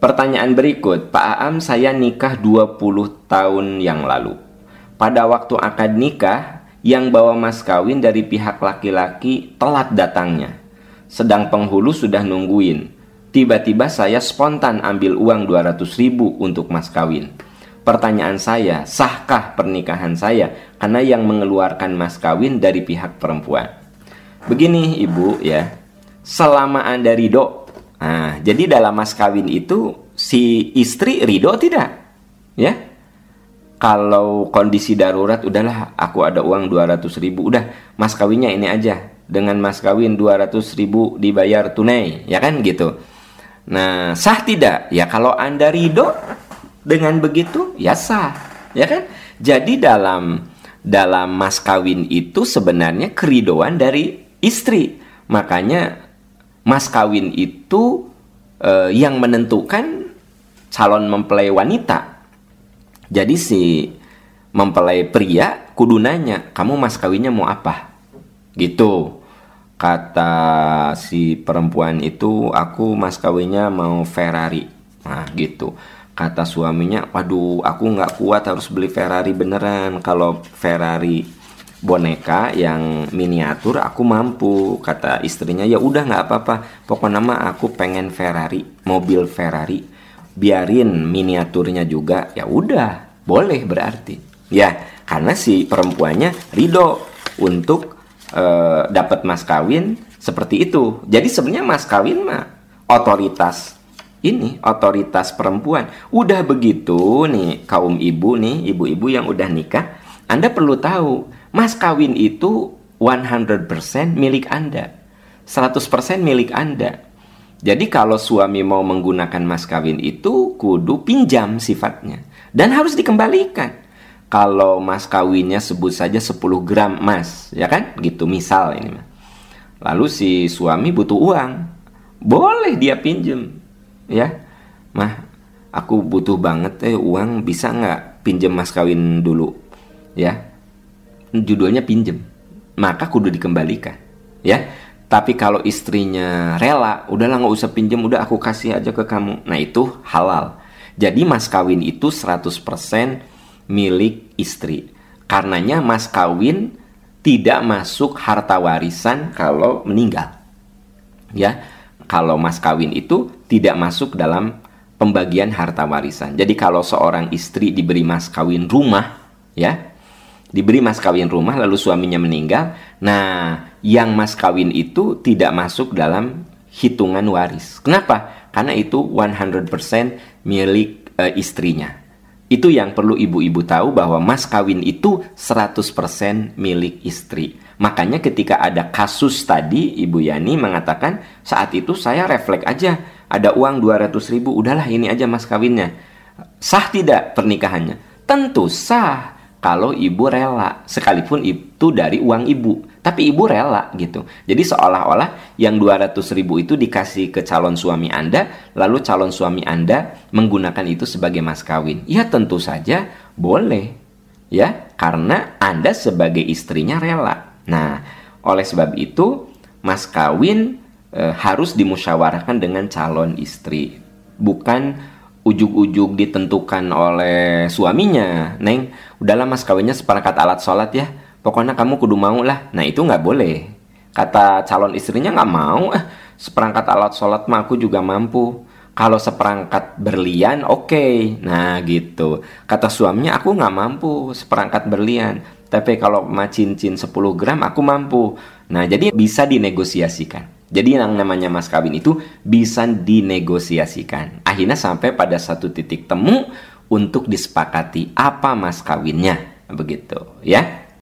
Pertanyaan berikut, Pak Aam, saya nikah 20 tahun yang lalu. Pada waktu akad nikah, yang bawa mas kawin dari pihak laki-laki telat datangnya. Sedang penghulu sudah nungguin. Tiba-tiba saya spontan ambil uang 200.000 untuk mas kawin. Pertanyaan saya, sahkah pernikahan saya karena yang mengeluarkan mas kawin dari pihak perempuan? Begini Ibu ya, selama Anda ridho. Nah, jadi dalam mas kawin itu si istri ridho tidak? Ya. Kalau kondisi darurat, udahlah aku ada uang 200.000, udah mas kawinnya ini aja. Dengan mas kawin 200.000 dibayar tunai, ya kan gitu. Nah, sah tidak? Ya kalau Anda ridho dengan begitu, ya sah, ya kan? Jadi dalam mas kawin itu sebenarnya keridoan dari istri. Makanya mas kawin itu yang menentukan calon mempelai wanita. Jadi si mempelai pria kudu nanya, kamu mas kawinnya mau apa? Gitu. Kata si perempuan itu, aku mas kawinnya mau Ferrari. Nah gitu. Kata suaminya, waduh aku gak kuat harus beli Ferrari beneran. Kalau Ferrari boneka yang miniatur aku mampu. Kata istrinya, ya udah nggak apa-apa, pokoknya mah aku pengen Ferrari, mobil Ferrari, biarin miniaturnya juga. Ya udah, boleh berarti ya, karena si perempuannya ridho untuk dapat mas kawin seperti itu. Jadi sebenarnya mas kawin mah otoritas perempuan. Udah begitu nih kaum ibu nih, ibu-ibu yang udah nikah, Anda perlu tahu, mas kawin itu 100% milik Anda. 100% milik Anda. Jadi kalau suami mau menggunakan mas kawin itu kudu pinjam sifatnya. Dan harus dikembalikan. Kalau mas kawinnya sebut saja 10 gram emas, ya kan? Gitu misal ini. Lalu si suami butuh uang. Boleh dia pinjam. Ya, mah aku butuh banget uang, bisa nggak pinjam mas kawin dulu? Ya, judulnya pinjem, maka kudu dikembalikan, ya. Tapi kalau istrinya rela, udahlah nggak usah pinjem, udah aku kasih aja ke kamu. Nah itu halal. Jadi mas kawin itu 100% milik istri. Karenanya mas kawin tidak masuk harta warisan kalau meninggal. Ya, kalau mas kawin itu tidak masuk dalam pembagian harta warisan. Jadi kalau seorang istri diberi mas kawin rumah, ya, diberi mas kawin rumah lalu suaminya meninggal, nah yang mas kawin itu tidak masuk dalam hitungan waris. Kenapa? Karena itu 100% milik istrinya. Itu yang perlu ibu-ibu tahu, bahwa mas kawin itu 100% milik istri. Makanya ketika ada kasus tadi, Ibu Yani mengatakan, saat itu saya refleks aja, ada uang 200.000, udahlah ini aja mas kawinnya. Sah tidak pernikahannya? Tentu sah. Kalau ibu rela, sekalipun itu dari uang ibu, tapi ibu rela gitu. Jadi seolah-olah yang 200.000 itu dikasih ke calon suami Anda, lalu calon suami Anda menggunakan itu sebagai mas kawin. Ya tentu saja boleh, ya, karena Anda sebagai istrinya rela. Nah, oleh sebab itu mas kawin harus dimusyawarahkan dengan calon istri, bukan ujug-ujug ditentukan oleh suaminya. Neng, udahlah mas kawinnya seperangkat alat sholat ya, pokoknya kamu kudu mau lah. Nah itu nggak boleh. Kata calon istrinya nggak mau, seperangkat alat sholat mah aku juga mampu. Kalau seperangkat berlian oke. Nah gitu. Kata suaminya, aku nggak mampu seperangkat berlian, tapi kalau cincin 10 gram aku mampu. Nah jadi bisa dinegosiasikan. Jadi yang namanya mas kawin itu bisa dinegosiasikan. Akhirnya sampai pada satu titik temu untuk disepakati apa mas kawinnya. Begitu ya.